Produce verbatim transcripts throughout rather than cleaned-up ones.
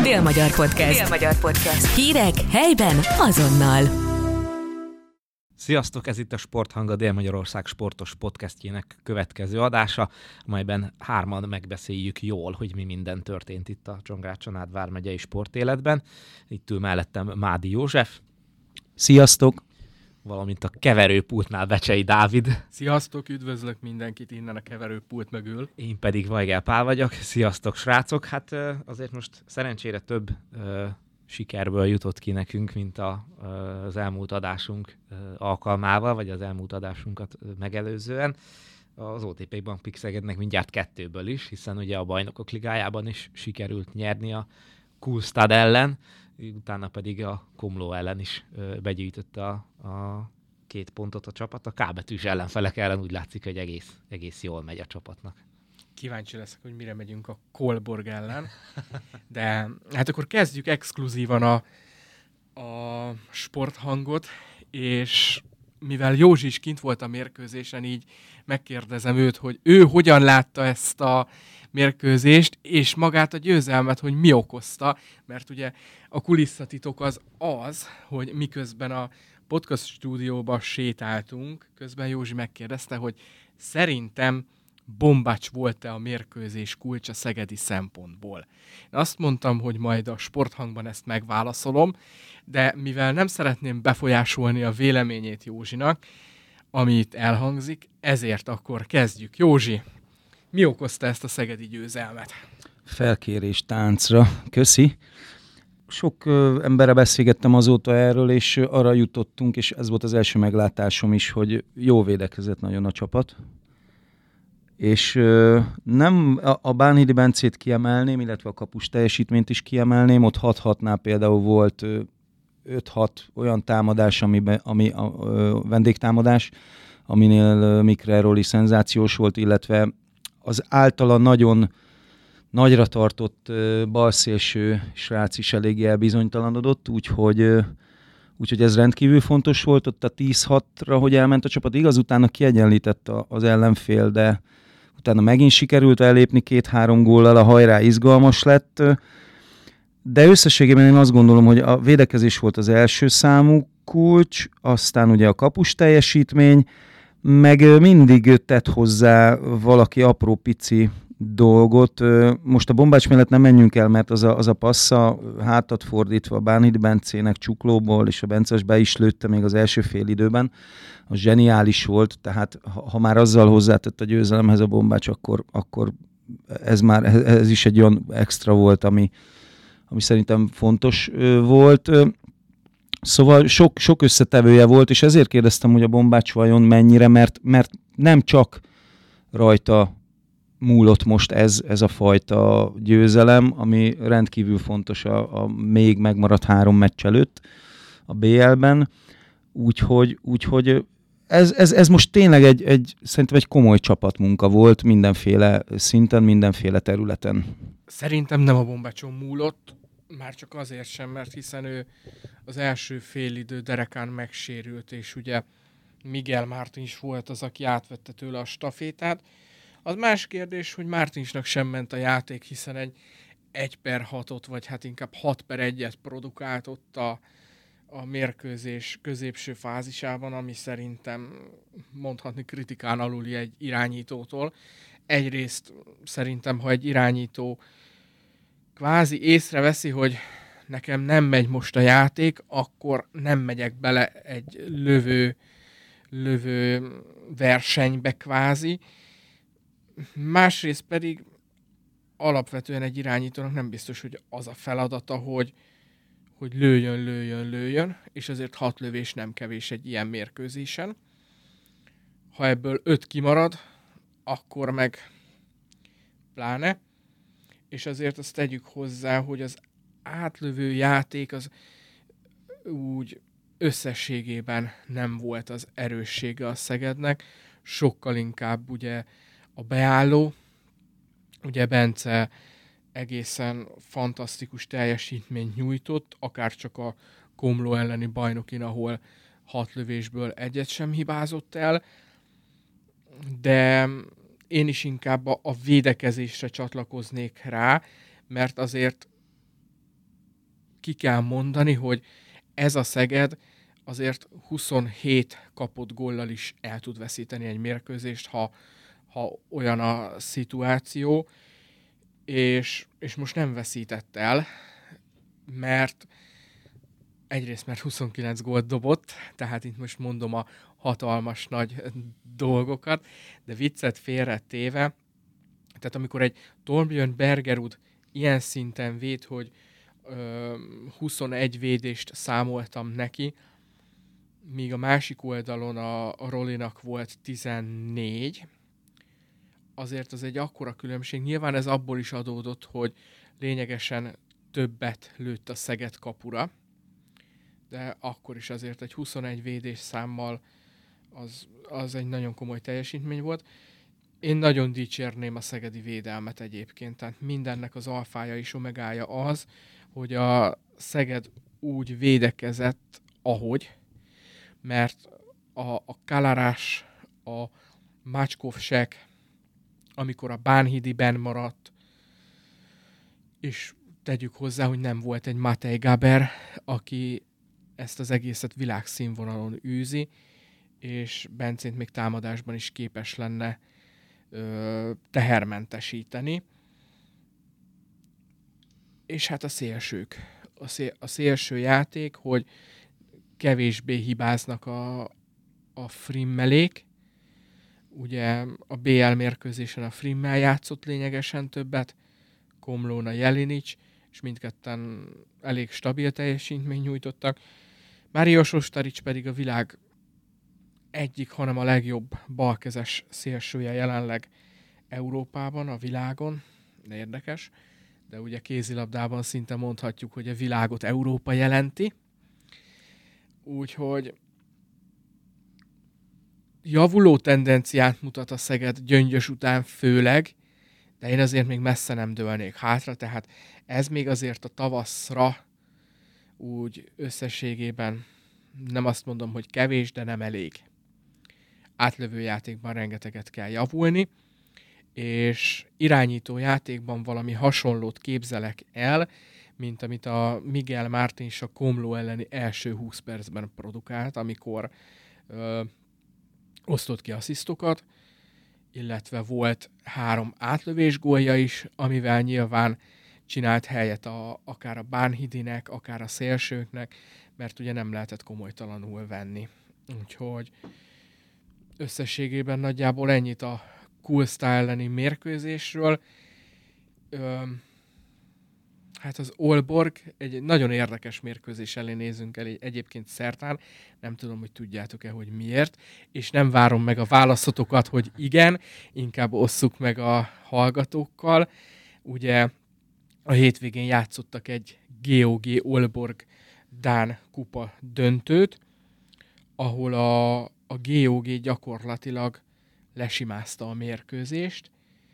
Dél-Magyar Podcast. Dél-Magyar Podcast. Hírek helyben azonnal. Sziasztok, ez itt a Sporthang, a Dél-Magyarország sportos podcastjének következő adása, amelyben hárman megbeszéljük jól, hogy mi minden történt itt a Csongrád-Csanád vármegyei sportéletben. Itt ül mellettem Mádi József. Sziasztok! Valamint a keverőpultnál Becsei Dávid. Sziasztok, üdvözlök mindenkit innen a keverőpult mögül. Én pedig Vajgel Pál vagyok. Sziasztok, srácok! Hát azért most szerencsére több sikerből jutott ki nekünk, mint a, az elmúlt adásunk alkalmával, vagy az elmúlt adásunkat megelőzően. Az o té pé Bank Pixegednek mindjárt kettőből is, hiszen ugye a Bajnokok Ligájában is sikerült nyerni a Kulstad ellen, utána pedig a Komló ellen is begyűjtötte a, a két pontot a csapat. A K-betűs ellenfelek ellen úgy látszik, hogy egész, egész jól megy a csapatnak. Kíváncsi leszek, hogy mire megyünk a Kolborg ellen. De hát akkor kezdjük exkluzívan a, a sporthangot, és mivel Józsi is kint volt a mérkőzésen, így megkérdezem őt, hogy ő hogyan látta ezt a mérkőzést, és magát a győzelmet, hogy mi okozta, mert ugye a kulisszatitok az az, hogy miközben a podcast stúdióba sétáltunk, közben Józsi megkérdezte, hogy szerintem bombács volt-e a mérkőzés kulcsa szegedi szempontból. Én azt mondtam, hogy majd a sporthangban ezt megválaszolom, de mivel nem szeretném befolyásolni a véleményét Józsinak, amit elhangzik, ezért akkor kezdjük. Józsi, mi okozta ezt a szegedi győzelmet? Felkérés táncra. Köszi. Sok ö, emberre beszélgettem azóta erről, és ö, arra jutottunk, és ez volt az első meglátásom is, hogy jó védekezett nagyon a csapat. És ö, nem a, a Bánhidi Bencét kiemelném, illetve a kapus teljesítményt is kiemelném. Ott hat-hatnál például volt ö, öt-hat olyan támadás, amiben, ami a, ö, vendégtámadás, aminél ö, Mikre Roli szenzációs volt, illetve az általa nagyon nagyra tartott ö, balszélső srác is eléggé elbizonytalanodott, úgyhogy, ö, úgyhogy ez rendkívül fontos volt. Ott a tíz-hatra, hogy elment a csapat, igaz, utána kiegyenlített az ellenfél, de utána megint sikerült elépni két-három góllal, a hajrá izgalmas lett. De összességében én azt gondolom, hogy a védekezés volt az első számú kulcs, aztán ugye a kapus teljesítmény, meg mindig tett hozzá valaki apró pici dolgot. Most a bombács mellett nem menjünk el, mert az a, az a passza hátat fordítva a Bánhidi Bencének csuklóból, és a Bences be is lőtte még az első fél időben. Az zseniális volt, tehát ha, ha már azzal hozzátett a győzelemhez a bombács, akkor, akkor ez már ez is egy olyan extra volt, ami, ami szerintem fontos volt. Szóval sok, sok összetevője volt, és ezért kérdeztem, hogy a bombács vajon mennyire, mert, mert nem csak rajta múlott most ez, ez a fajta győzelem, ami rendkívül fontos a, a még megmaradt három meccs előtt a bé el-ben. Úgyhogy, úgyhogy ez, ez, ez most tényleg egy, egy, szerintem egy komoly csapatmunka volt mindenféle szinten, mindenféle területen. Szerintem nem a bombácson múlott, már csak azért sem, mert hiszen ő az első félidő derekán megsérült, és ugye Miguel Martins volt az, aki átvette tőle a stafétát. Az más kérdés, hogy Martinsnak sem ment a játék, hiszen egy egy per hatot, vagy hát inkább hat per egyet produkált ott a, a mérkőzés középső fázisában, ami szerintem mondhatni kritikán aluli egy irányítótól. Egyrészt szerintem, ha egy irányító kvázi észreveszi, hogy nekem nem megy most a játék, akkor nem megyek bele egy lövő, lövő versenybe kvázi. Másrészt pedig alapvetően egy irányítónak nem biztos, hogy az a feladata, hogy, hogy lőjön, lőjön, lőjön, és azért hat lövés nem kevés egy ilyen mérkőzésen. Ha ebből öt kimarad, akkor meg pláne. És azért azt tegyük hozzá, hogy az átlövő játék az úgy összességében nem volt az erőssége a Szegednek, sokkal inkább ugye a beálló, ugye Bence egészen fantasztikus teljesítményt nyújtott, akár csak a Komló elleni bajnokin, ahol hat lövésből egyet sem hibázott el, de én is inkább a, a védekezésre csatlakoznék rá, mert azért ki kell mondani, hogy ez a Szeged azért huszonhét kapott góllal is el tud veszíteni egy mérkőzést, ha, ha olyan a szituáció, és, és most nem veszített el, mert egyrészt, mert huszonkilenc gólt dobott, tehát itt most mondom a hatalmas nagy dolgokat, de viccet félretéve, tehát amikor egy Torbjörn Bergerud ilyen szinten véd, hogy ö, huszonegy védést számoltam neki, míg a másik oldalon a, a Rolinak volt tizennégy, azért az egy akkora különbség. Nyilván ez abból is adódott, hogy lényegesen többet lőtt a Szeged kapura, de akkor is azért egy huszonegy védés számmal az, az egy nagyon komoly teljesítmény volt. Én nagyon dicsérném a szegedi védelmet egyébként, tehát mindennek az alfája és omegája az, hogy a Szeged úgy védekezett, ahogy, mert a, a Kalarás, a Mácskovsek, amikor a Bánhidi benn maradt, és tegyük hozzá, hogy nem volt egy Matej Gaber, aki ezt az egészet világszínvonalon űzi, és Bencént még támadásban is képes lenne ö, tehermentesíteni. És hát a szélsők. A, szél, a szélső játék, hogy kevésbé hibáznak a, a Frimmelék. Ugye a bé el mérkőzésen a Frimmel játszott lényegesen többet, Komlóna, Jelinics, és mindketten elég stabil teljesítményt nyújtottak. Mário Sostarics pedig a világ egyik, hanem a legjobb balkezes szélsője jelenleg Európában, a világon. Érdekes, de ugye kézilabdában szinte mondhatjuk, hogy a világot Európa jelenti. Úgyhogy javuló tendenciát mutat a Szeged Gyöngyös után főleg, de én azért még messze nem dőlnék hátra, tehát ez még azért a tavaszra úgy összességében nem azt mondom, hogy kevés, de nem elég. Átlövő játékban rengeteget kell javulni, és irányító játékban valami hasonlót képzelek el, mint amit a Miguel Martins a Komló elleni első húsz percben produkált, amikor ö, osztott ki asszisztokat, illetve volt három átlövés gólja is, amivel nyilván csinált helyet a, akár a Bánhidinek, akár a szélsőknek, mert ugye nem lehetett komolytalanul venni. Úgyhogy összességében nagyjából ennyit a Kulszta elleni mérkőzésről. Ö, hát az Aalborg egy nagyon érdekes mérkőzés elé nézünk el egyébként szerdán. Nem tudom, hogy tudjátok-e, hogy miért, és nem várom meg a válaszotokat, hogy igen, inkább osszuk meg a hallgatókkal. Ugye a hétvégén játszottak egy gé o gé Aalborg Dán kupa döntőt, ahol a, a gé o gé gyakorlatilag lesimázta a mérkőzést,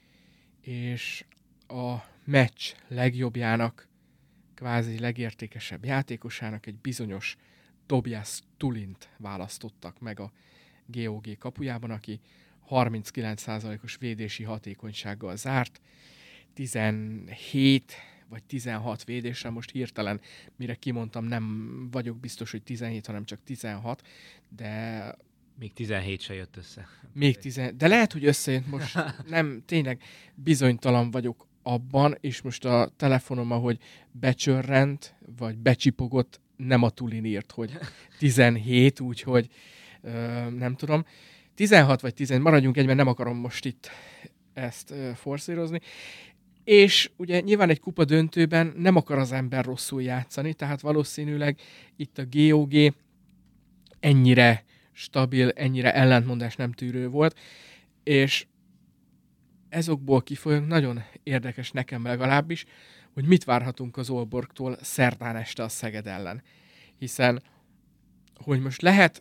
és a meccs legjobbjának, kvázi legértékesebb játékosának egy bizonyos Tobias Tulint választottak meg a gé o gé kapujában, aki harminckilenc százalékos védési hatékonysággal zárt, tizenhét vagy tizenhat védésre, most hirtelen, mire kimondtam, nem vagyok biztos, hogy tizenhét, hanem csak tizenhat, de... Még tizenhét se jött össze. Még tizenhét, de lehet, hogy összejött most, nem, tényleg bizonytalan vagyok abban, és most a telefonom, ahogy becsörrent, vagy becsipogott, nem a Tulin írt, hogy tizenhét, úgyhogy ö, nem tudom. tizenhat vagy tizenhét, maradjunk egyben, nem akarom most itt ezt ö, forszírozni. És ugye nyilván egy kupa döntőben nem akar az ember rosszul játszani, tehát valószínűleg itt a gé o gé ennyire stabil, ennyire ellentmondás nem tűrő volt, és ezokból kifolyólag nagyon érdekes nekem legalábbis, hogy mit várhatunk az Aalborgtól szerdán este a Szeged ellen. Hiszen, hogy most lehet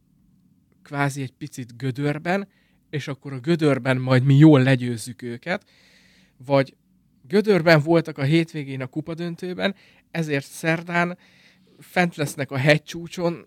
kvázi egy picit gödörben, és akkor a gödörben majd mi jól legyőzzük őket, vagy gödörben voltak a hétvégén a kupadöntőben, ezért szerdán fent lesznek a hegycsúcson,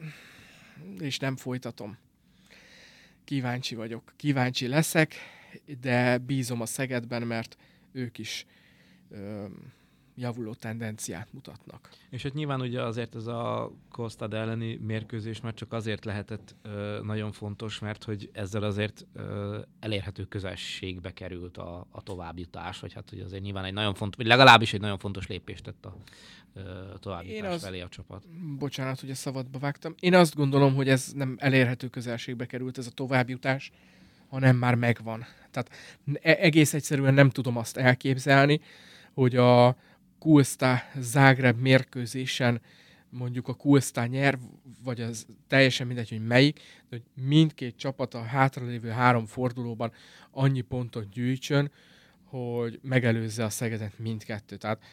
és nem folytatom. Kíváncsi vagyok, kíváncsi leszek, de bízom a Szegedben, mert ők is ö, javuló tendenciát mutatnak. És hát nyilván ugye azért ez a Kostad elleni mérkőzés már csak azért lehetett ö, nagyon fontos, mert hogy ezzel azért ö, elérhető közelségbe került a, a továbbjutás, vagy hát hogy azért nyilván egy nagyon fontos, vagy legalábbis egy nagyon fontos lépést tett a ö, továbbjutás az, felé a csapat. Bocsánat, hogy a szabadba vágtam. Én azt gondolom, hogy ez nem elérhető közelségbe került ez a továbbjutás, hanem már megvan. Tehát egész egyszerűen nem tudom azt elképzelni, hogy a Kuszta Zágráb mérkőzésen mondjuk a Kuszta nyer, vagy az teljesen mindegy, hogy melyik, de hogy mindkét csapat a hátralévő három fordulóban annyi pontot gyűjtsön, hogy megelőzze a Szegedet mindkettő. Tehát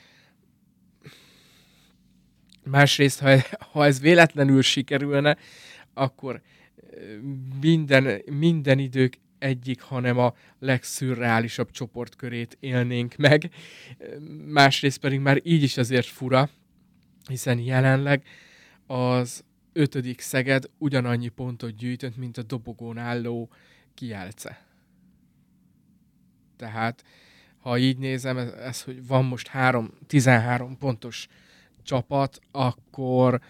másrészt, ha, ha ez véletlenül sikerülne, akkor minden, minden idők egyik, hanem a legszürreálisabb csoportkörét élnénk meg. Másrészt pedig már így is azért fura, hiszen jelenleg az ötödik Szeged ugyanannyi pontot gyűjtött, mint a dobogón álló Kielce. Tehát, ha így nézem, ez, ez hogy van most három, tizenhárom pontos csapat, akkor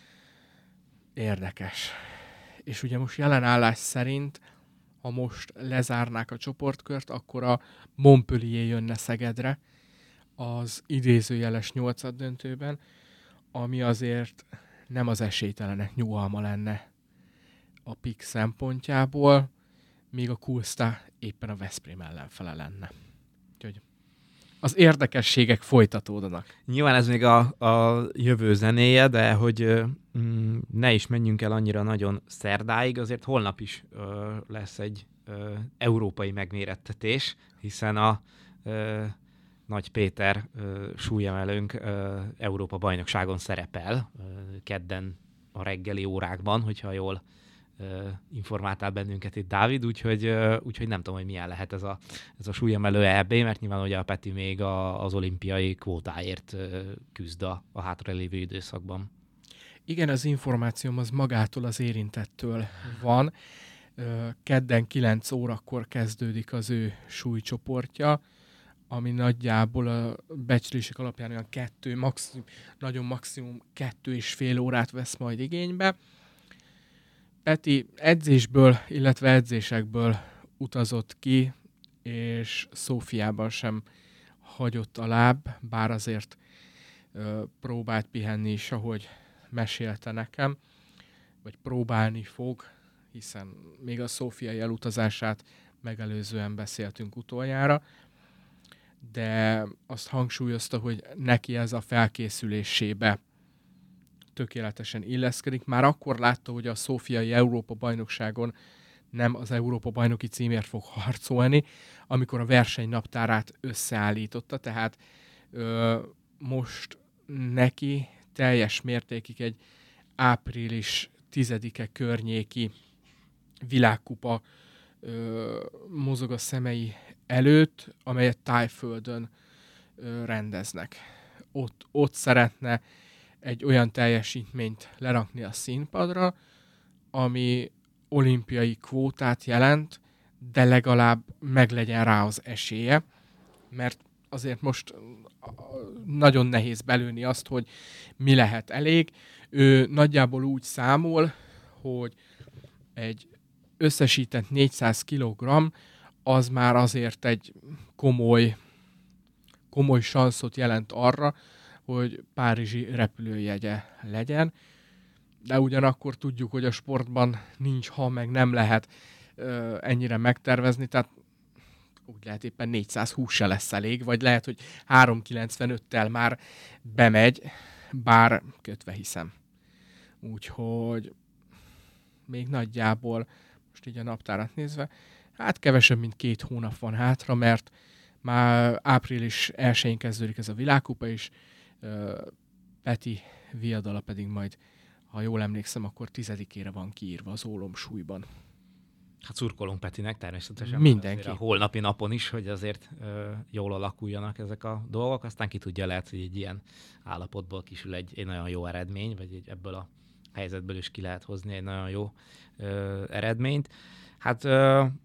érdekes. És ugye most jelen állás szerint, ha most lezárnák a csoportkört, akkor a Montpellier jönne Szegedre az idézőjeles nyolcad döntőben, ami azért nem az esélytelenek nyugalma lenne a pik szempontjából, míg a Kuszta éppen a Veszprém ellenfele lenne. Úgyhogy az érdekességek folytatódnak. Nyilván ez még a, a jövő zenéje, de hogy mm, ne is menjünk el annyira nagyon szerdáig, azért holnap is ö, lesz egy ö, európai megmérettetés, hiszen a ö, Nagy Péter ö, súlyemelőnk ö, Európa bajnokságon szerepel ö, kedden a reggeli órákban, hogyha jól ö, informáltál bennünket itt, Dávid, úgyhogy, ö, úgyhogy nem tudom, hogy milyen lehet ez a, ez a súlyemelő é bé, mert nyilván ugye a Peti még a, az olimpiai kvótáért ö, küzd a, a hátralévő időszakban. Igen, az információm az magától az érintettől van. Kedden kilenc órakor kezdődik az ő súlycsoportja, ami nagyjából a becslések alapján olyan kettő, maximum, nagyon maximum kettő és fél órát vesz majd igénybe. Peti edzésből, illetve edzésekből utazott ki, és Szófiában sem hagyott a láb, bár azért ö, próbált pihenni is, ahogy mesélte nekem, vagy próbálni fog, hiszen még a szófiai elutazását megelőzően beszéltünk utoljára, de azt hangsúlyozta, hogy neki ez a felkészülésébe tökéletesen illeszkedik. Már akkor látta, hogy a szófiai Európa-bajnokságon nem az Európa-bajnoki címért fog harcolni, amikor a versenynaptárát összeállította, tehát ö, most neki teljes mértékig egy április tizedike környéki világkupa ö, mozog a szemei előtt, amelyet Tájföldön ö, rendeznek. Ott, ott szeretne egy olyan teljesítményt lerakni a színpadra, ami olimpiai kvótát jelent, de legalább meglegyen rá az esélye, mert azért most nagyon nehéz belőni azt, hogy mi lehet elég. Ő nagyjából úgy számol, hogy egy összesített négyszáz kilogramm az már azért egy komoly, komoly sanszot jelent arra, hogy párizsi repülőjegye legyen, de ugyanakkor tudjuk, hogy a sportban nincs, ha meg nem lehet ö, ennyire megtervezni, tehát úgy lehet éppen négyszázhúsz se lesz elég, vagy lehet, hogy háromszázkilencvenöttel már bemegy, bár kötve hiszem. Úgyhogy még nagyjából, most így a naptárat nézve, hát kevesebb, mint két hónap van hátra, mert már április elsején kezdődik ez a világkupa, és uh, Peti viadala pedig majd, ha jól emlékszem, akkor tizedikére van kiírva az ólomsúlyban. Hát szurkolunk Petinek természetesen. Mindenki. A holnapi napon is, hogy azért ö, jól alakuljanak ezek a dolgok, aztán ki tudja, lehet, hogy egy ilyen állapotból kisül egy, egy nagyon jó eredmény, vagy egy, ebből a helyzetből is ki lehet hozni egy nagyon jó ö, eredményt. Hát ö,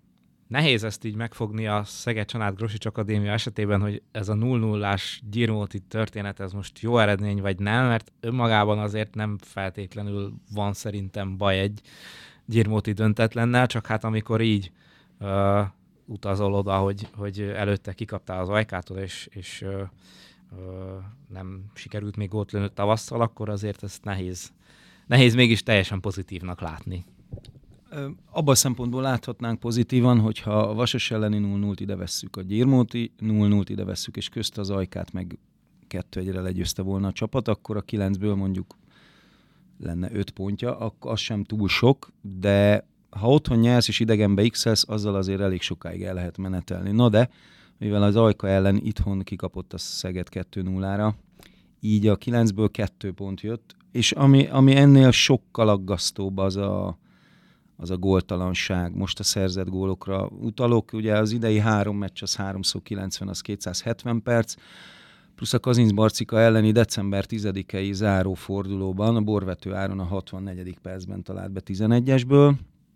Nehéz ezt így megfogni a Szeged-Csanád Grosics Akadémia esetében, hogy ez a nulla nullás Gyirmóti történet, ez most jó eredmény vagy nem, mert önmagában azért nem feltétlenül van szerintem baj egy Gyirmóti döntetlennel, csak hát amikor így uh, utazol oda, hogy, hogy előtte kikaptál az Ajkától, és, és uh, uh, nem sikerült még gólt lőni tavasszal, akkor azért ezt nehéz, nehéz mégis teljesen pozitívnak látni. Abban a szempontból láthatnánk pozitívan, hogyha a Vasas elleni nulla nullt ide vesszük, a Gyirmóti nulla nullt ide vesszük, és közt az Ajkát meg kettő egyre legyőzte volna a csapat, akkor a kilencből mondjuk lenne öt pontja, akkor az sem túl sok, de ha otthon nyersz és idegenbe x-elsz, azzal azért elég sokáig el lehet menetelni. Na de, mivel az Ajka ellen itthon kikapott a Szeged kettő nullára, így a kilencből kettő pont jött, és ami, ami ennél sokkal aggasztóbb az a az a góltalanság. Most a szerzett gólokra utalok. Ugye az idei három meccs, az háromszor kilencven, az kétszázhetven perc, plusz a Kazincbarcika elleni december tizedikei záró fordulóban a Borvető Áron a hatvannegyedik percben talált be tizenegyesből.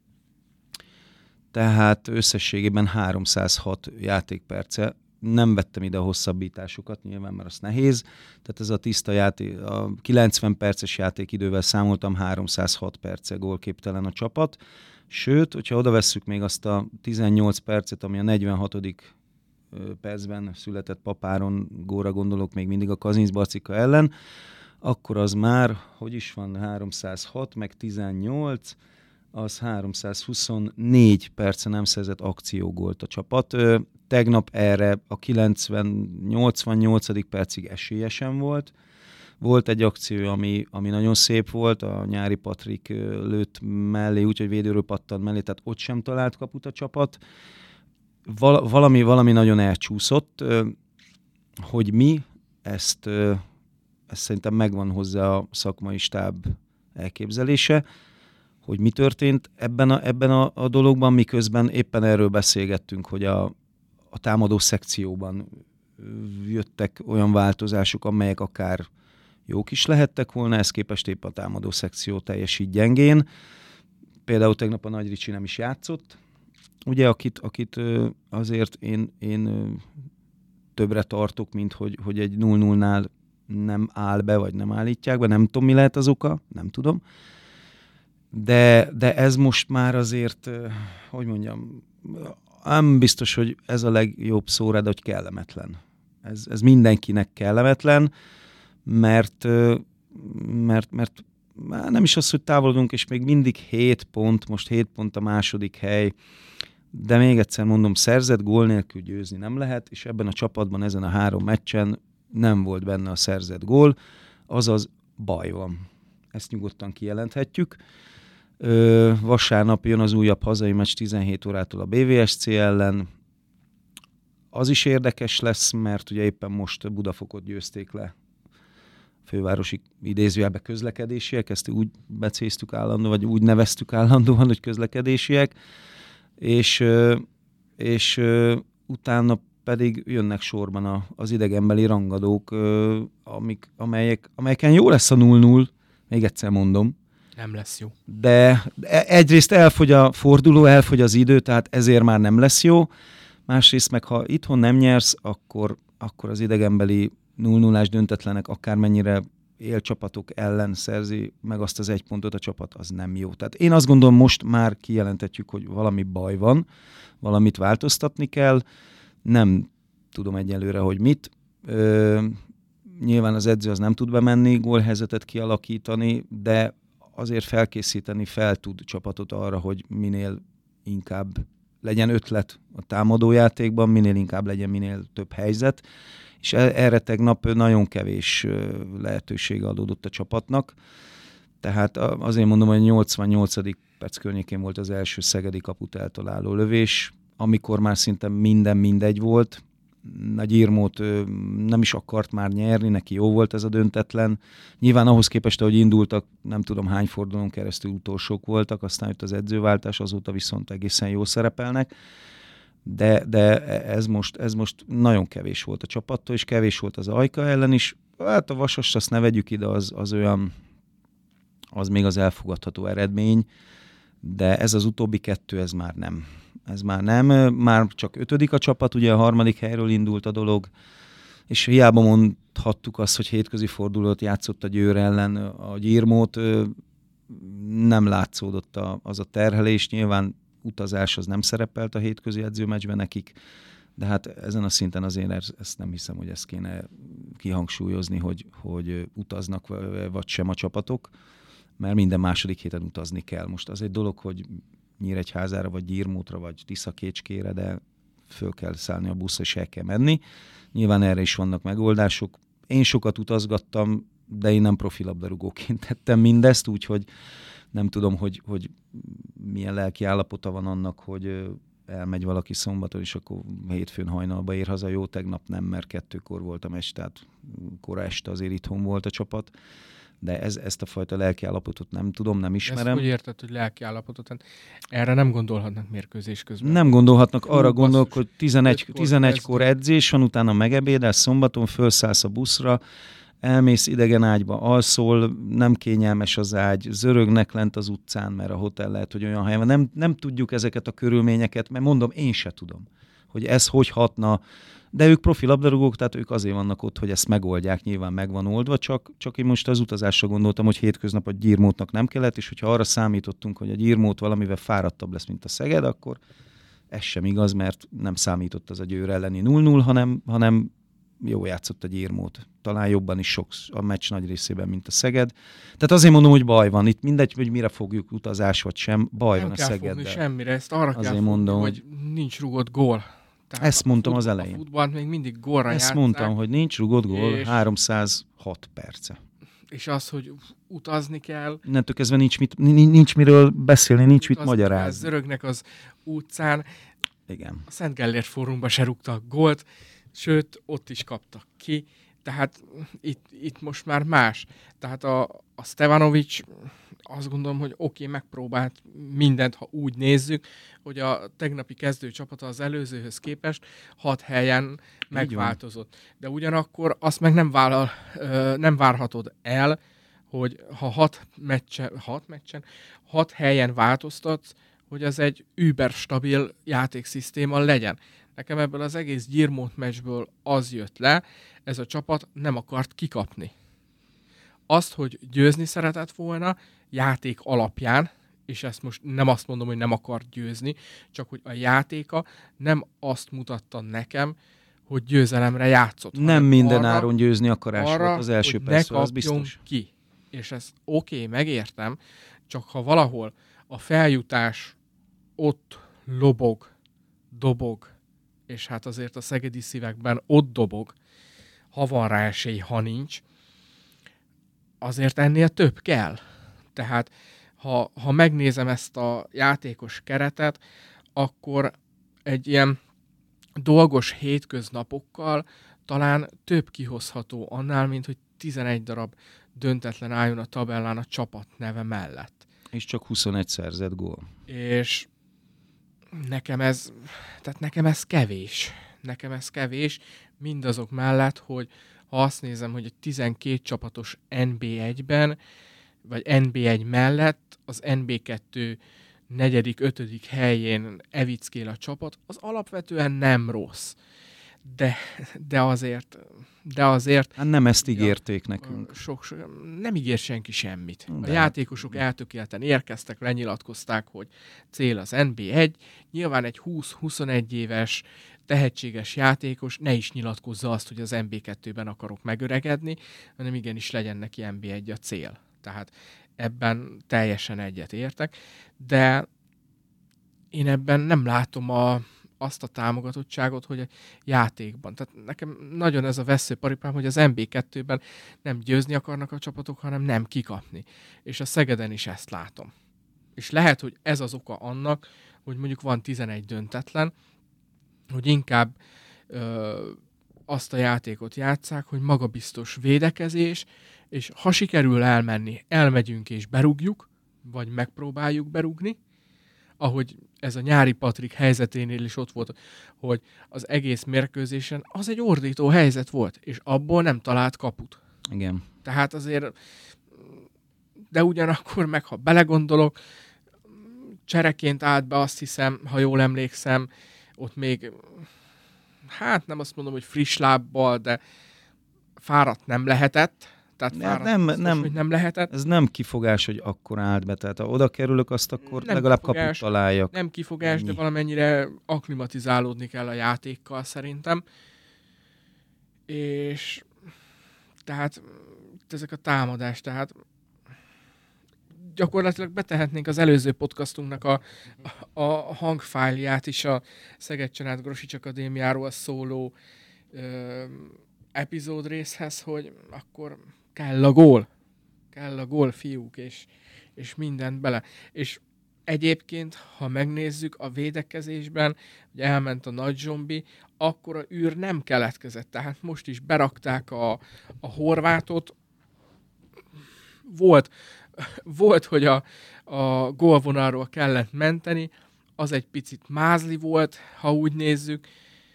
Tehát összességében háromszázhat játékperce. Nem vettem ide a hosszabbításokat, nyilván, mert az nehéz. Tehát ez a tiszta játék, a kilencven perces játékidővel számoltam, háromszázhat perce gólképtelen a csapat. Sőt, hogyha oda vesszük még azt a tizennyolc percet, ami a negyvenhatodik percben született Papáron, góra gondolok még mindig a Kazincbarcika ellen, akkor az már, hogy is van, háromszázhat, meg tizennyolc, az háromszázhuszonnégy perce nem szerzett akciógólt a csapat. Tegnap erre a kilencven-nyolcvannyolcadik percig esélyesen volt. Volt egy akció, ami, ami nagyon szép volt, a Nyári Patrik lőtt mellé, úgyhogy védőről pattant mellé, tehát ott sem talált kaput a csapat. Val- valami, valami nagyon elcsúszott, hogy mi ezt, ezt szerintem megvan hozzá a szakmai stáb elképzelése, hogy mi történt ebben a, ebben a, a dologban, miközben éppen erről beszélgettünk, hogy a, a támadó szekcióban jöttek olyan változások, amelyek akár jók is lehettek volna, ezt képest épp a támadó szekció teljesít gyengén. Például tegnap a Nagy Ricsi nem is játszott, ugye, akit, akit azért én, én többre tartok, mint hogy, hogy egy nulla nullnál nem áll be, vagy nem állítják be, nem tudom, mi lehet az oka, nem tudom. De, de ez most már azért, hogy mondjam, nem biztos, hogy ez a legjobb szóra, de hogy kellemetlen. Ez, ez mindenkinek kellemetlen, mert, mert, mert nem is az, hogy távolodunk, és még mindig hét pont, most hét pont a második hely, de még egyszer mondom, szerzett gól nélkül győzni nem lehet, és ebben a csapatban, ezen a három meccsen nem volt benne a szerzett gól, azaz baj van. Ezt nyugodtan kijelenthetjük. Ö, vasárnap jön az újabb hazai meccs tizenhét órától a bé vé es cé ellen. Az is érdekes lesz, mert ugye éppen most Budafokot győzték le fővárosi idézőjelbe közlekedésiek, ezt úgy becéztük állandóan, vagy úgy neveztük állandóan, hogy közlekedésiek, és, és utána pedig jönnek sorban a, az idegenbeli rangadók, amik, amelyek, amelyeken jó lesz a nulla null, még egyszer mondom. Nem lesz jó. De egyrészt elfogy a forduló, elfogy az idő, tehát ezért már nem lesz jó. Másrészt meg, ha itthon nem nyersz, akkor, akkor az idegenbeli nulla nullás döntetlenek akármennyire élcsapatok ellen szerzi meg azt az egy pontot a csapat, az nem jó. Tehát én azt gondolom, most már kijelentetjük, hogy valami baj van, valamit változtatni kell. Nem tudom egyelőre, hogy mit. Ö, nyilván az edző az nem tud bemenni, gólhelyzetet kialakítani, de azért felkészíteni fel tud csapatot arra, hogy minél inkább legyen ötlet a támadójátékban, minél inkább legyen minél több helyzet, és erre tegnap nagyon kevés lehetősége adódott a csapatnak. Tehát azért mondom, hogy nyolcvannyolcadik perc környékén volt az első szegedi kaput eltaláló lövés, amikor már szinte minden mindegy volt. Nagy Irmót nem is akart már nyerni, neki jó volt ez a döntetlen. Nyilván ahhoz képest, ahogy indultak, nem tudom hány fordulón keresztül utolsók voltak, aztán jött az edzőváltás, azóta viszont egészen jól szerepelnek. De, de ez, most, ez most nagyon kevés volt a csapattól, és kevés volt az Ajka ellen is. Hát a Vasast azt ne vegyük ide, az, az olyan, az még az elfogadható eredmény, de ez az utóbbi kettő, ez már nem. ez már nem, már csak ötödik a csapat, ugye a harmadik helyről indult a dolog, és hiába mondhattuk azt, hogy hétközi fordulót játszott a Győr ellen a Gyirmót, nem látszódott a, az a terhelés, nyilván utazás az nem szerepelt a hétközi edzőmeccsben nekik, de hát ezen a szinten azért ezt nem hiszem, hogy ezt kéne kihangsúlyozni, hogy, hogy utaznak vagy sem a csapatok, mert minden második héten utazni kell. Most az egy dolog, hogy Nyíregyházára, vagy Gyirmótra, vagy Tiszakécskére, de föl kell szállni a buszra, és el kell menni. Nyilván erre is vannak megoldások. Én sokat utazgattam, de én nem profilabdarúgóként tettem mindezt, úgyhogy nem tudom, hogy, hogy milyen lelki állapota van annak, hogy elmegy valaki szombaton, és akkor hétfőn hajnalba ér haza. Jó, tegnap nem, mert kettőkor voltam este, tehát kora este azért itthon volt a csapat. De ez, ezt a fajta lelki állapotot nem tudom, nem ismerem. Ezt úgy érted, hogy lelki állapotot? Erre nem gondolhatnak mérkőzés közben. Nem gondolhatnak, arra Hú, gondolok, basszus, hogy tizenegy, tizenegykor edzés van, utána megebédelsz szombaton, felszállsz a buszra, elmész idegen ágyba, alszol, nem kényelmes az ágy, zörögnek lent az utcán, mert a hotel lehet, hogy olyan helyen van. Nem, nem tudjuk ezeket a körülményeket, mert mondom, én se tudom, hogy ez hogy hatna. De ők profi labdarúgók, tehát ők azért vannak ott, hogy ezt megoldják, nyilván meg van oldva, csak, csak én most az utazásra gondoltam, hogy hétköznap a Gyirmótnak nem kellett, és hogyha arra számítottunk, hogy a Gyirmót valamivel fáradtabb lesz, mint a Szeged, akkor ez sem igaz, mert nem számított az a Győr elleni nulla nulla, hanem, hanem jó játszott a Gyirmót. Talán jobban is sok a meccs nagy részében, mint a Szeged. Tehát azért mondom, hogy baj van. Itt mindegy, hogy mire fogjuk utazás vagy sem, baj nem van a Szegeddel. Nem kell fogni semmire, ezt arra azért kell mondom, fogni, hogy nincs rúgott gól. Tehát ezt mondtam futball, az elején. A futballt még mindig gólra Ezt játsszák, mondtam, hogy nincs rugott gól, és... háromszázhat perce. És az, hogy utazni kell. Innentől kezdve nincs, mit, nincs miről beszélni, nincs mit magyarázni. Az zörögnek az utcán. Igen. A Szent Gellért Fórumban se rúgtak gólt, sőt, ott is kaptak ki. Tehát itt, itt most már más. Tehát a, a Stevanovics azt gondolom, hogy oké, okay, megpróbált mindent, ha úgy nézzük, hogy a tegnapi kezdőcsapata az előzőhöz képest hat helyen megváltozott. De ugyanakkor azt meg nem, vállal, nem várhatod el, hogy ha hat meccsen, hat meccsen, hat helyen változtatsz, hogy az egy überstabil játékszisztéma legyen. Nekem ebből az egész Gyirmót meccsből az jött le, ez a csapat nem akart kikapni. Azt, hogy győzni szeretett volna, játék alapján, és ezt most nem azt mondom, hogy nem akart győzni, csak hogy a játéka nem azt mutatta nekem, hogy győzelemre játszott. Nem minden arra, áron győzni akarás arra, volt az első percről, az biztos. Ki. És ezt oké, okay, megértem, csak ha valahol a feljutás ott lobog, dobog, és hát azért a szegedi szívekben ott dobog, ha van rá esély, ha nincs, azért ennél több kell. Tehát ha, ha megnézem ezt a játékos keretet, akkor egy ilyen dolgos hétköznapokkal talán több kihozható annál, mint hogy tizenegy darab döntetlen álljon a tabellán a csapat neve mellett. És csak huszonegy szerzett gól. És nekem ez, tehát nekem ez kevés. Nekem ez kevés, mindazok mellett, hogy ha azt nézem, hogy egy tizenkét csapatos en bé egyben, vagy en bé egy mellett az en bé kettő negyedik, ötödik helyén evickél a csapat, az alapvetően nem rossz. De, de azért, de azért... Hát nem ezt ígérték ja, nekünk. Sok, sok, nem ígér senki semmit. De. A játékosok eltökélten érkeztek, lenyilatkozták, hogy cél az en bé egy. Nyilván egy húsz-huszonegy éves tehetséges játékos ne is nyilatkozza azt, hogy az en bé kettőben akarok megöregedni, hanem igenis legyen neki en bé egy a cél. Tehát ebben teljesen egyet értek, de én ebben nem látom a, azt a támogatottságot, hogy a játékban. Tehát nekem nagyon ez a veszőparipám, hogy az en bé kettőben nem győzni akarnak a csapatok, hanem nem kikapni. És a Szegeden is ezt látom. És lehet, hogy ez az oka annak, hogy mondjuk van tizenegy döntetlen, hogy inkább ö, azt a játékot játsszák, hogy magabiztos védekezés, és ha sikerül elmenni, elmegyünk és berúgjuk, vagy megpróbáljuk berúgni, ahogy ez a nyári Patrik helyzeténél is ott volt, hogy az egész mérkőzésen az egy ordító helyzet volt, és abból nem talált kaput. Igen. Tehát azért, de ugyanakkor meg, ha belegondolok, csereként állt be, azt hiszem, ha jól emlékszem, ott még, hát nem azt mondom, hogy friss lábbal, de fáradt nem lehetett. Tehát fáradt, nem, biztos, nem, hogy nem lehetett. Ez nem kifogás, hogy akkor állt be. Tehát ha oda kerülök, azt akkor Nem legalább kifogás, kaput találjak. Nem kifogás, Ennyi. de valamennyire akklimatizálódni kell a játékkal szerintem. És tehát ezek a támadás, tehát gyakorlatilag betehetnénk az előző podcastunknak a, a hangfájlját is a Szeged-Csanád Grosics Akadémiáról szóló ö, epizód részhez, hogy akkor kell a gól. Kell a gól, fiúk, és, és mindent bele. És egyébként, ha megnézzük a védekezésben, hogy elment a nagy zsombi, akkor a űr nem keletkezett. Tehát most is berakták a, a horvátot. Volt, volt hogy a, a gólvonalról kellett menteni, az egy picit mázli volt, ha úgy nézzük,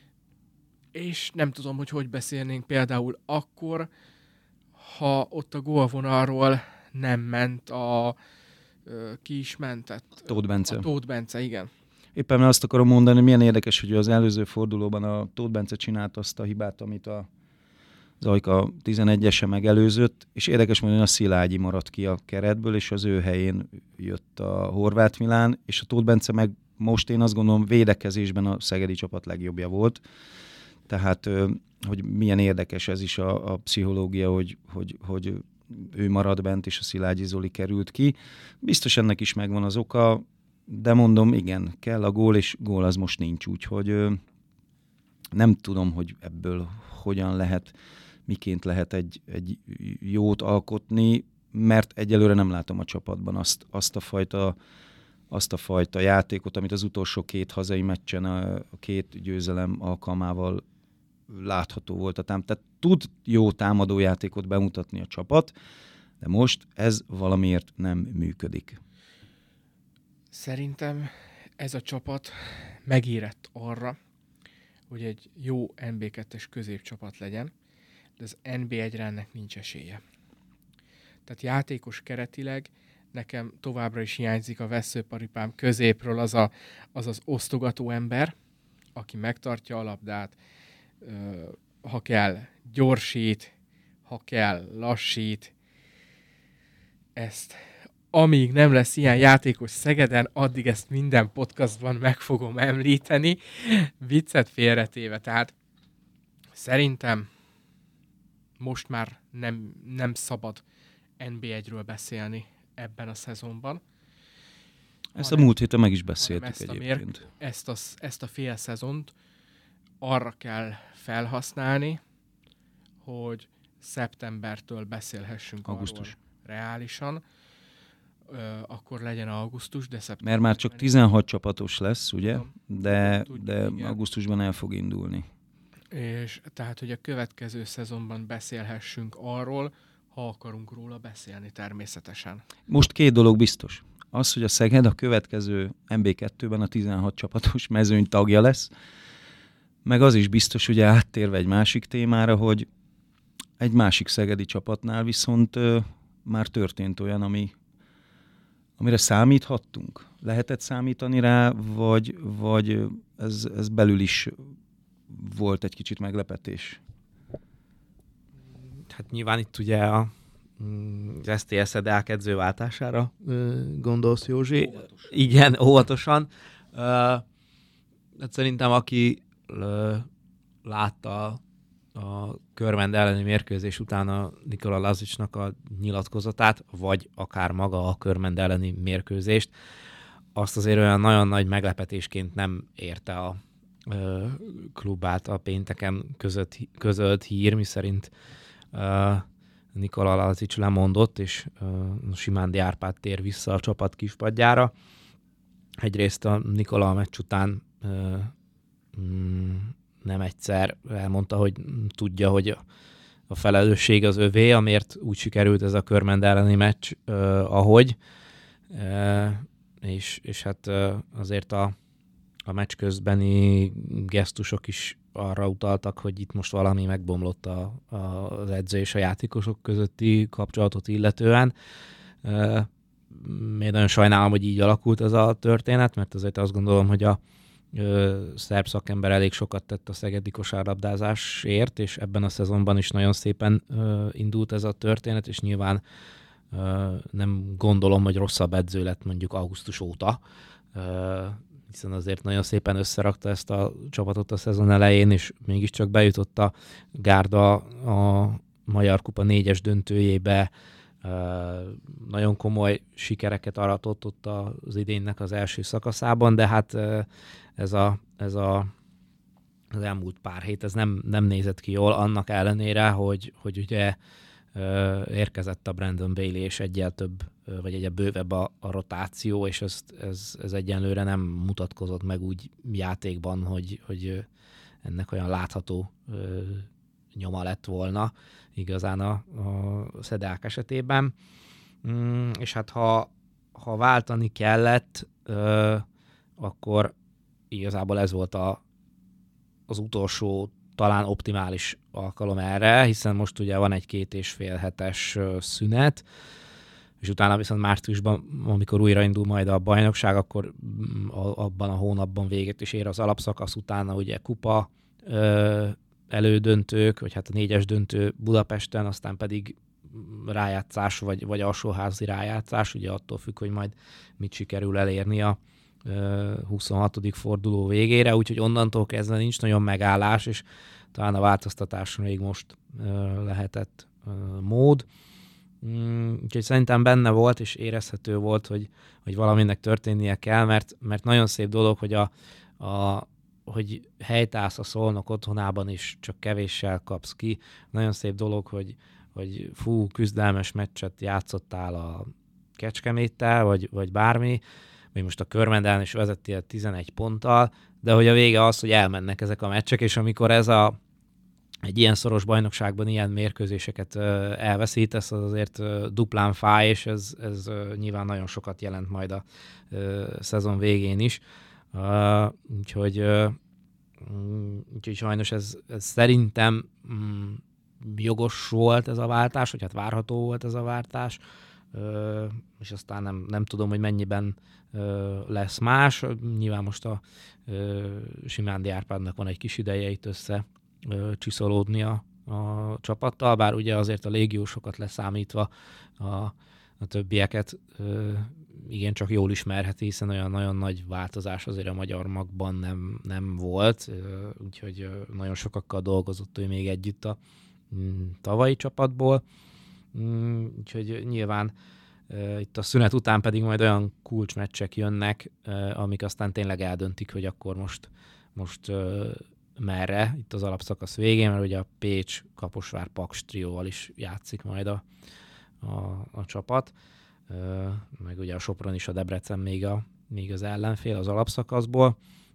és nem tudom, hogy hogy beszélnénk például akkor, ha ott a gólvonalról nem ment a... ki is mentett? Tóth Bence. A Tóth Bence, igen. Éppen azt akarom mondani, hogy milyen érdekes, hogy az előző fordulóban a Tóth Bence csinált azt a hibát, amit a Zajka tizenegyese megelőzött, és érdekes mondani, a Szilágyi maradt ki a keretből, és az ő helyén jött a Horváth Milán, és a Tóth Bence meg most én azt gondolom védekezésben a szegedi csapat legjobbja volt. Tehát, hogy milyen érdekes ez is a, a pszichológia, hogy, hogy, hogy ő marad bent, és a Szilágyi Zoli került ki. Biztos ennek is megvan az oka, de mondom, igen, kell a gól, és gól az most nincs, úgyhogy nem tudom, hogy ebből hogyan lehet, miként lehet egy, egy jót alkotni, mert egyelőre nem látom a csapatban azt, azt, a fajta, azt a fajta játékot, amit az utolsó két hazai meccsen a, a két győzelem alkalmával látható volt a tám. Tehát tud jó támadójátékot bemutatni a csapat, de most ez valamiért nem működik. Szerintem ez a csapat megérett arra, hogy egy jó en bé kettes középcsapat legyen, de az en bé egyre ennek nincs esélye. Tehát játékos keretileg nekem továbbra is hiányzik a veszőparipám középről az a, az, az osztogató ember, aki megtartja a labdát, ha kell, gyorsít, ha kell, lassít. Ezt, amíg nem lesz ilyen játékos Szegeden, addig ezt minden podcastban meg fogom említeni, viccet félretéve. Tehát szerintem most már nem, nem szabad en bé egyről beszélni ebben a szezonban. Ezt hanem, a múlt héten meg is beszéltük ezt egyébként. A mér, ezt, a, ezt a fél szezont arra kell felhasználni, hogy szeptembertől beszélhessünk augusztus. Arról reálisan. Ö, akkor legyen augusztus, de szeptember. Mert már csak tizenhat csapatos lesz, ugye? De, Tudjuk, de igen. augusztusban el fog indulni. És tehát, hogy a következő szezonban beszélhessünk arról, ha akarunk róla beszélni természetesen. Most két dolog biztos. Az, hogy a Szeged a következő en bé kettőben a tizenhat csapatos mezőny tagja lesz, meg az is biztos, ugye áttérve egy másik témára, hogy egy másik szegedi csapatnál viszont ö, már történt olyan, ami, amire számíthattunk. Lehetett számítani rá, vagy, vagy ez, ez belül is volt egy kicsit meglepetés? Hát nyilván itt ugye a, az es té es-ed edzőváltására gondolsz, Józsi. Óvatos. Igen, óvatosan. Uh, hát szerintem aki uh, látta a Körmend elleni mérkőzés után a Nikola Lazicsnak a nyilatkozatát, vagy akár maga a Körmend elleni mérkőzést, azt azért olyan nagyon nagy meglepetésként nem érte a uh, klub által pénteken között, közölt hír, miszerint uh, Nikola Lazics lemondott, és uh, Simándi Árpád tér vissza a csapat kispadjára. Egyrészt a Nikola a meccs után uh, mm, nem egyszer elmondta, hogy tudja, hogy a felelősség az övé, amért úgy sikerült ez a Körmend elleni meccs, uh, ahogy. Uh, és, és hát uh, azért a, a meccs közbeni gesztusok is arra utaltak, hogy itt most valami megbomlott a, a, az edző és a játékosok közötti kapcsolatot illetően. Uh, még nagyon sajnálom, hogy így alakult ez a történet, mert azért azt gondolom, hogy a ö, szerb szakember elég sokat tett a szegedi kosárlabdázásért, és ebben a szezonban is nagyon szépen ö, indult ez a történet, és nyilván ö, nem gondolom, hogy rosszabb edző lett mondjuk augusztus óta, ö, hiszen azért nagyon szépen összerakta ezt a csapatot a szezon elején, és mégiscsak bejutott a Gárda a Magyar Kupa négyes döntőjébe, nagyon komoly sikereket aratott ott az idénynek az első szakaszában, de hát ez, a, ez a, az elmúlt pár hét ez nem, nem nézett ki jól, annak ellenére, hogy, hogy ugye érkezett a Brandon Bailey, és egyel több, vagy egyel bővebb a, a rotáció, és ezt, ez, ez egyenlőre nem mutatkozott meg úgy játékban, hogy, hogy ennek olyan látható nyoma lett volna igazán a, a Szedák esetében. Mm, és hát ha, ha váltani kellett, ö, akkor igazából ez volt a, az utolsó talán optimális alkalom erre, hiszen most ugye van egy két és fél hetes szünet, és utána viszont márciusban, amikor újraindul majd a bajnokság, akkor abban a hónapban véget is ér az alapszakasz, utána ugye kupa ö, elődöntők, vagy hát a négyes döntő Budapesten, aztán pedig rájátszás, vagy, vagy alsóházi rájátszás, ugye attól függ, hogy majd mit sikerül elérni a huszonhatodik forduló végére, úgyhogy onnantól kezdve nincs nagyon megállás, és talán a változtatásra még most lehetett mód. Úgyhogy szerintem benne volt, és érezhető volt, hogy, hogy valaminek történnie kell, mert, mert nagyon szép dolog, hogy, a, a, hogy helytállsz a Szolnok otthonában, és csak kevéssel kapsz ki. Nagyon szép dolog, hogy, hogy fú, küzdelmes meccset játszottál a Kecskeméttel, vagy, vagy bármi, vagy most a Körmendán is vezettél tizenegy ponttal, de hogy a vége az, hogy elmennek ezek a meccsek, és amikor ez a egy ilyen szoros bajnokságban ilyen mérkőzéseket elveszítesz, az azért duplán fáj, és ez, ez nyilván nagyon sokat jelent majd a szezon végén is. Úgyhogy, úgyhogy sajnos ez, ez szerintem jogos volt ez a váltás, vagy hát várható volt ez a váltás, és aztán nem, nem tudom, hogy mennyiben lesz más. Nyilván most a Simándi Árpádnak van egy kis ideje itt össze csiszolódni a, a csapattal, bár ugye azért a légiósokat leszámítva a, a többieket ö, igen, csak jól ismerheti, hiszen olyan nagyon nagy változás azért a magyar magban nem, nem volt, ö, úgyhogy ö, nagyon sokakkal dolgozott ő még együtt a m, tavalyi csapatból, m, úgyhogy nyilván ö, itt a szünet után pedig majd olyan kulcsmeccsek jönnek, ö, amik aztán tényleg eldöntik, hogy akkor most, most ö, merre, itt az alapszakasz végén, mert ugye a Pécs, Kaposvár, Paks trióval is játszik majd a, a, a csapat, Ö, meg ugye a Sopron is, a Debrecen még, a, még az ellenfél az alapszakaszból.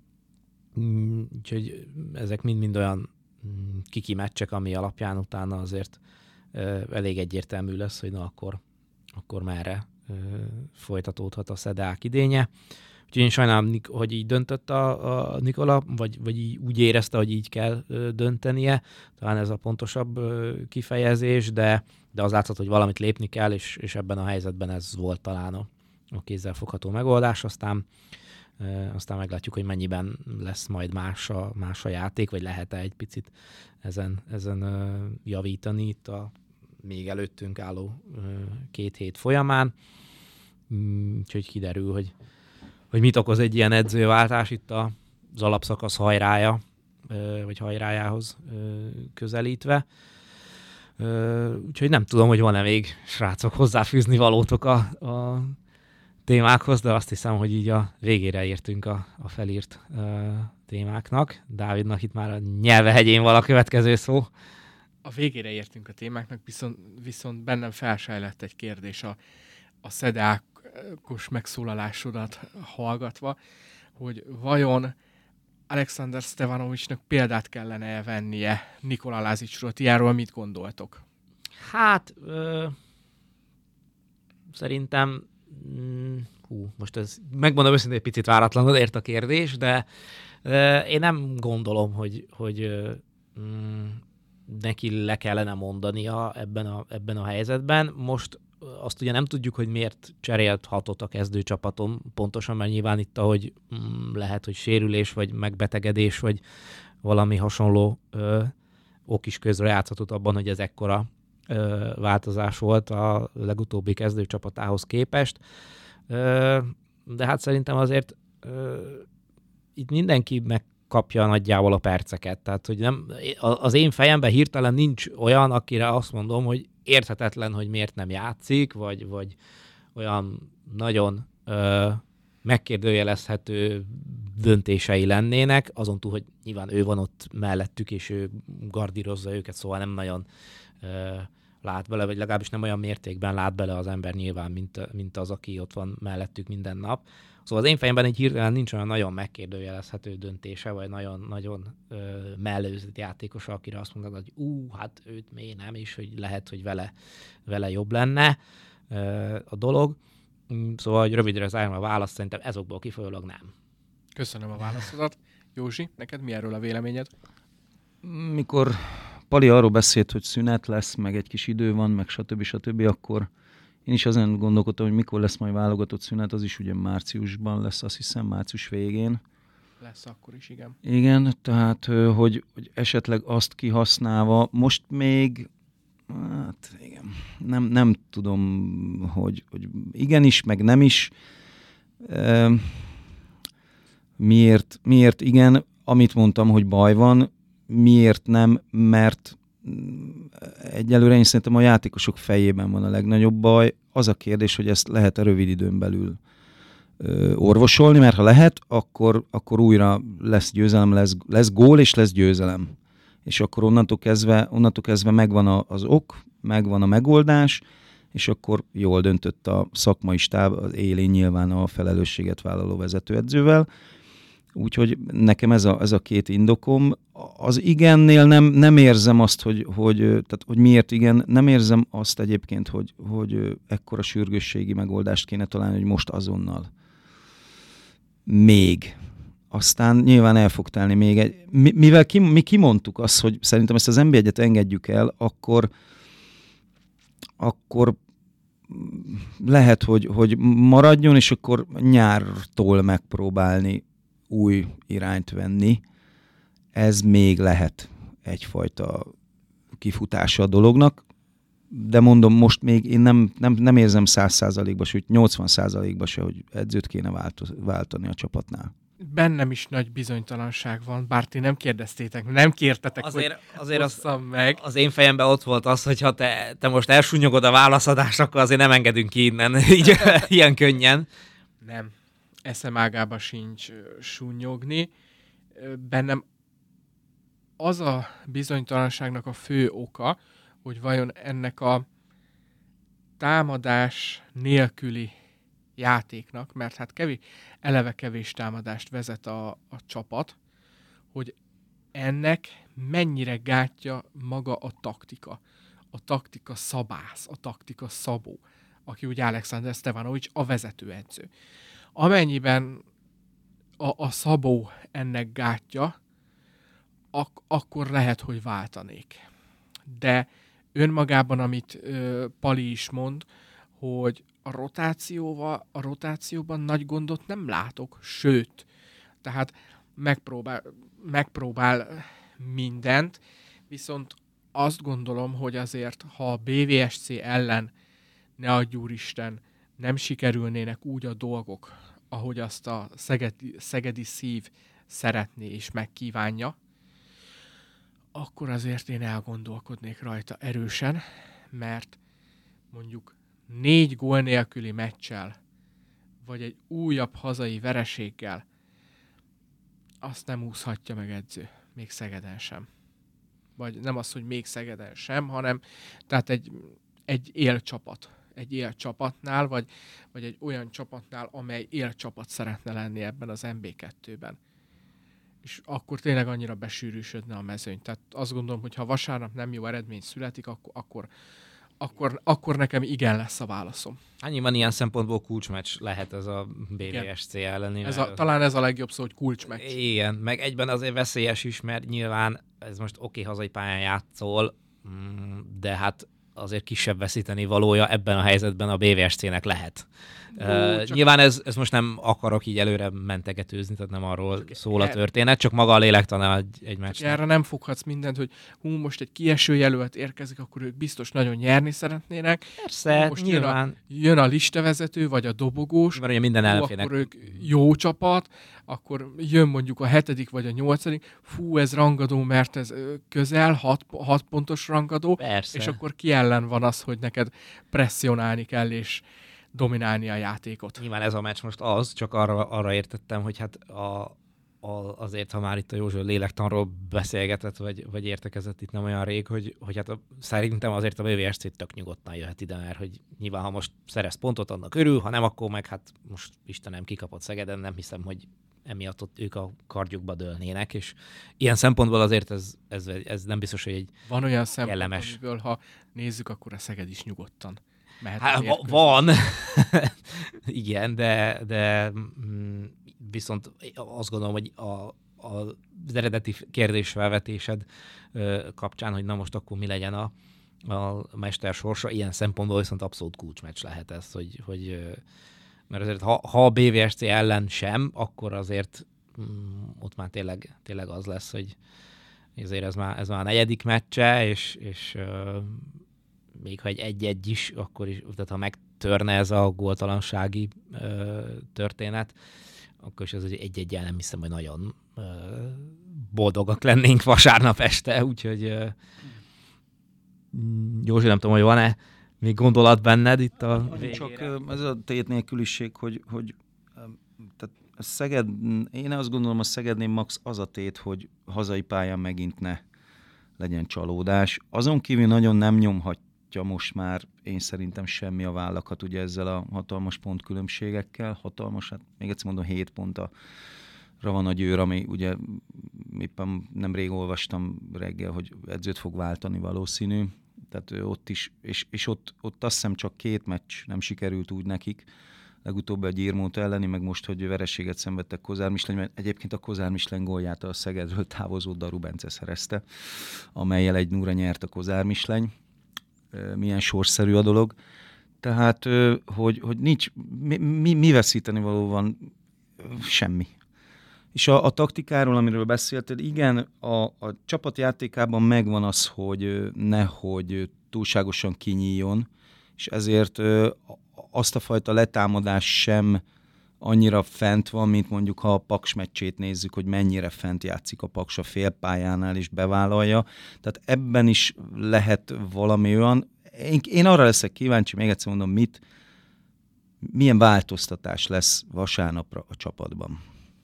Úgyhogy ezek mind-mind olyan kiki meccsek, ami alapján utána azért ö, elég egyértelmű lesz, hogy na akkor, akkor merre ö, folytatódhat a Szedák idénye. Úgyhogy én sajnálom, hogy így döntött a, a Nikola, vagy, vagy így úgy érezte, hogy így kell ö, döntenie. Talán ez a pontosabb ö, kifejezés, de, de az látszott, hogy valamit lépni kell, és, és ebben a helyzetben ez volt talán a, a kézzelfogható megoldás. Aztán, ö, aztán meglátjuk, hogy mennyiben lesz majd más a, más a játék, vagy lehet-e egy picit ezen, ezen ö, javítani itt a még előttünk álló ö, két hét folyamán. Úgyhogy kiderül, hogy hogy mit okoz egy ilyen edzőváltás itt az alapszakasz hajrája, vagy hajrájához közelítve. Úgyhogy nem tudom, hogy van-e még, srácok, hozzáfűzni valótok a, a témákhoz, de azt hiszem, hogy így a végére értünk a, a felírt témáknak. Dávidnak itt már a nyelvehegyén van a következő szó. A végére értünk a témáknak, viszont, viszont bennem felsejlett egy kérdés a, a Szedák megszólalásodat hallgatva, hogy vajon Alexander Stevanovicsnak példát kellene elvennie Nikola Lazicsról. Ti erről mit gondoltok? Hát ö, szerintem mm, hú, most ez megmondom őszintén, egy picit váratlanul ért a kérdés, de ö, én nem gondolom, hogy, hogy ö, mm, neki le kellene mondania ebben a, ebben a helyzetben. Most azt ugye nem tudjuk, hogy miért cserélt hatot a kezdőcsapaton, pontosan, mert nyilván itt, ahogy mm, lehet, hogy sérülés, vagy megbetegedés, vagy valami hasonló ö, ok is közre játszhatott abban, hogy ez ekkora ö, változás volt a legutóbbi kezdőcsapatához képest. Ö, de hát szerintem azért ö, itt mindenki megkapja nagyjából a perceket. Tehát, hogy nem, az én fejemben hirtelen nincs olyan, akire azt mondom, hogy érthetetlen, hogy miért nem játszik, vagy, vagy olyan nagyon ö, megkérdőjelezhető döntései lennének, azon túl, hogy nyilván ő van ott mellettük, és ő gardírozza őket, szóval nem nagyon ö, lát bele, vagy legalábbis nem olyan mértékben lát bele az ember nyilván, mint, mint az, aki ott van mellettük minden nap. Szóval az én fejemben egy hirtelen nincs olyan nagyon megkérdőjelezhető döntése, vagy nagyon-nagyon mellőzött játékosa, akire azt mondod, hogy ú, hát őt miért nem, és hogy lehet, hogy vele, vele jobb lenne ö, a dolog. Szóval, hogy rövidre zárva a választ, szerintem ezokból kifolyólag nem. Köszönöm a válaszodat. Józsi, neked mi erről a véleményed? Mikor Pali arról beszélt, hogy szünet lesz, meg egy kis idő van, meg stb. stb., akkor én is azon gondolkodtam, hogy mikor lesz majd válogatott szünet, az is ugye márciusban lesz, azt hiszem, március végén. Lesz akkor is, igen. Igen, tehát, hogy, hogy esetleg azt kihasználva, most még, hát igen, nem, nem tudom, hogy, hogy igenis, meg nem is. E, miért, miért igen, amit mondtam, hogy baj van, miért nem, mert egyelőre én szerintem a játékosok fejében van a legnagyobb baj. Az a kérdés, hogy ezt lehet-e rövid időn belül ö, orvosolni, mert ha lehet, akkor, akkor újra lesz győzelem, lesz, lesz gól és lesz győzelem. És akkor onnantól kezdve, onnantól kezdve megvan a, az ok, megvan a megoldás, és akkor jól döntött a szakmai stáb, az élén nyilván a felelősséget vállaló vezetőedzővel. Úgyhogy nekem ez a, ez a két indokom. Az igennél nem, nem érzem azt, hogy, hogy, tehát, hogy miért igen, nem érzem azt egyébként, hogy, hogy ekkora sürgősségi megoldást kéne találni, hogy most azonnal. Még. Aztán nyilván el fog telni még egy... Mivel ki, mi kimondtuk azt, hogy szerintem ezt az en bé egyet engedjük el, akkor, akkor lehet, hogy, hogy maradjon, és akkor nyártól megpróbálni új irányt venni. Ez még lehet egyfajta kifutása a dolognak, de mondom, most még én nem, nem, nem érzem száz százalékban, sőt nyolcvan százalékban se, hogy edzőt kéne változ, váltani a csapatnál. Bennem is nagy bizonytalanság van, bár ti nem kérdeztétek, nem kértetek, azért, hogy azért az, meg. Az én fejemben ott volt az, hogy ha te, te most elsúnyogod a válaszadást, akkor azért nem engedünk ki innen, így ilyen könnyen. Nem. Eszem ágába sincs súnyogni. Bennem az a bizonytalanságnak a fő oka, hogy vajon ennek a támadás nélküli játéknak, mert hát kevés, eleve kevés támadást vezet a, a csapat, hogy ennek mennyire gátja maga a taktika. A taktika szabász, a taktika szabó, aki ugye Alexander Stevanovics a vezetőedző. Amennyiben a, a szabó ennek gátja, ak- akkor lehet, hogy váltanék. De önmagában, amit ö, Pali is mond, hogy a rotációval, a rotációban nagy gondot nem látok, sőt, tehát megpróbál, megpróbál mindent, viszont azt gondolom, hogy azért, ha a bé vé es cé ellen, ne adj úristen, nem sikerülnének úgy a dolgok, ahogy azt a szegedi, szegedi szív szeretné és megkívánja, akkor azért én elgondolkodnék rajta erősen, mert mondjuk négy gól nélküli meccsel, vagy egy újabb hazai vereséggel, azt nem úszhatja meg edző, még Szegeden sem. Vagy nem az, hogy még Szegeden sem, hanem tehát egy, egy élcsapat. Egy élcsapatnál, vagy, vagy egy olyan csapatnál, amely élcsapat szeretne lenni ebben az en bé kettőben. És akkor tényleg annyira besűrűsödne a mezőny. Tehát azt gondolom, hogy ha vasárnap nem jó eredmény születik, akkor, akkor, akkor, akkor nekem igen lesz a válaszom. Annyiban ilyen szempontból kulcsmeccs lehet ez a bé vé es cé elleni. Ez a, talán ez a legjobb szó, hogy kulcsmeccs. Igen, meg egyben azért veszélyes is, mert nyilván ez most oké, okay, hazai pályán játszol, de hát azért kisebb veszíteni valója ebben a helyzetben a bé vé es cé-nek lehet. Ó, uh, csak... Nyilván ez, ez most nem akarok így előre mentegetőzni, tehát nem arról csak szól a er... történet, csak maga a lélektana egy, egy meccsnek. Erre nem foghatsz mindent, hogy hú, most egy kieső jelölt érkezik, akkor ők biztos nagyon nyerni szeretnének. Persze, most nyilván. Jön a, jön a listavezető, vagy a dobogós, mert ugye minden ellenfélnek... akkor ők jó csapat, akkor jön mondjuk a hetedik vagy a nyolcadik, fú, ez rangadó, mert ez közel, hat, hat pontos rangadó, Persze. és akkor ki ellen van az, hogy neked presszionálni kell, és dominálni a játékot. Nyilván ez a meccs most az, csak arra, arra értettem, hogy hát a, a, azért, ha már itt a József lélektanról beszélgetett, vagy, vagy értekezett itt nem olyan rég, hogy, hogy hát a, szerintem azért a bé vé es cé tök nyugodtan jöhet ide, mert hogy nyilván, ha most szerez pontot, annak örül, ha nem, akkor meg hát most Istenem kikapott Szegeden, nem hiszem, hogy emiatt ott ők a kardjukba dőlnének, és ilyen szempontból azért ez, ez, ez nem biztos, hogy egy Van olyan szempont, jellemes. amiből ha nézzük, akkor a Szeged is nyugodtan mehet. Hát, van, igen, de, de mm, viszont azt gondolom, hogy a, a, az eredeti kérdésfelvetésed ö, kapcsán, hogy na most akkor mi legyen a, a mester sorsa, ilyen szempontból viszont abszolút kulcsmeccs lehet ez, hogy, hogy ö, mert azért ha, ha a bé vé es cé ellen sem, akkor azért mm, ott már tényleg, tényleg az lesz, hogy azért ez már, ez már a negyedik meccse, és, és ö, még ha egy egy-egy is, akkor is, tehát ha megtörne ez a góltalansági ö, történet, akkor is ez egy egy-egyel nem hiszem, hogy nagyon ö, boldogak lennénk vasárnap este, úgyhogy ö, Józsi, nem tudom, hogy van-e még gondolat benned itt a végére? Csak ez a tét nélküliség, hogy, hogy tehát a Szeged, én azt gondolom, a Szegednél max az a tét, hogy hazai pályán megint ne legyen csalódás. Azon kívül nagyon nem nyomhatja most már én szerintem semmi a vállakat ugye ezzel a hatalmas pontkülönbségekkel. Hatalmas, hát még egyszer mondom, hét pontra van a Győr, ami ugye éppen nemrég olvastam reggel, hogy edzőt fog váltani valószínű. Tehát ott is, és, és ott, ott azt hiszem csak két meccs nem sikerült úgy nekik. Legutóbb egy Irmót elleni, meg most, hogy vereséget szenvedtek Kozár Misleny, mert egyébként a Kozár Misleny gólját a Szegedről távozó Daru Bence szerezte, amellyel egy nulla nyert a Kozár Misleny. Milyen sorszerű a dolog. Tehát, hogy, hogy nincs, mi, mi, mi veszíteni való van? Semmi. És a, a taktikáról, amiről beszélted, igen, a, a csapatjátékában megvan az, hogy nehogy túlságosan kinyíljon, és ezért azt a fajta letámadás sem annyira fent van, mint mondjuk ha a Paks meccsét nézzük, hogy mennyire fent játszik a Paks a félpályánál és bevállalja. Tehát ebben is lehet valami olyan. Én, én arra leszek kíváncsi, még egyszer mondom, mit, milyen változtatás lesz vasárnapra a csapatban.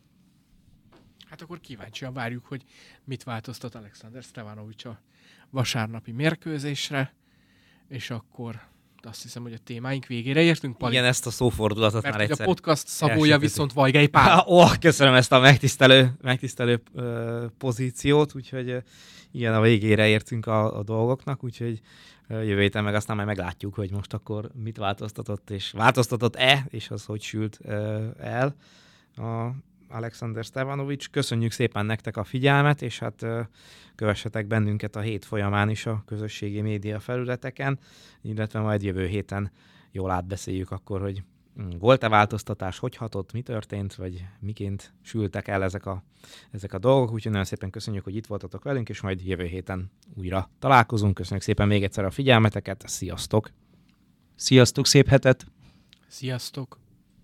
Hát akkor kíváncsian várjuk, hogy mit változtat Alexander Stevanovics a vasárnapi mérkőzésre, és akkor azt hiszem, hogy a témáink végére értünk, Pali. Igen, ezt a szófordulatot mert már egyszer. Mert a podcast szabója viszont Vajgai Pál. Ó, oh, köszönöm ezt a megtisztelő, megtisztelő uh, pozíciót, úgyhogy uh, igen, a végére értünk a, a dolgoknak, úgyhogy uh, jövő héten meg aztán majd meglátjuk, hogy most akkor mit változtatott, és változtatott-e, és az hogy sült uh, el a Alexander Stevanovics. Köszönjük szépen nektek a figyelmet, és hát uh, kövessetek bennünket a hét folyamán is a közösségi média felületeken, illetve majd jövő héten jól átbeszéljük akkor, hogy volt-e változtatás, hogy hatott, mi történt, vagy miként sültek el ezek a, ezek a dolgok. Úgyhogy nagyon szépen köszönjük, hogy itt voltatok velünk, és majd jövő héten újra találkozunk. Köszönjük szépen még egyszer a figyelmeteket, sziasztok! Sziasztok, szép hetet! Sziasztok!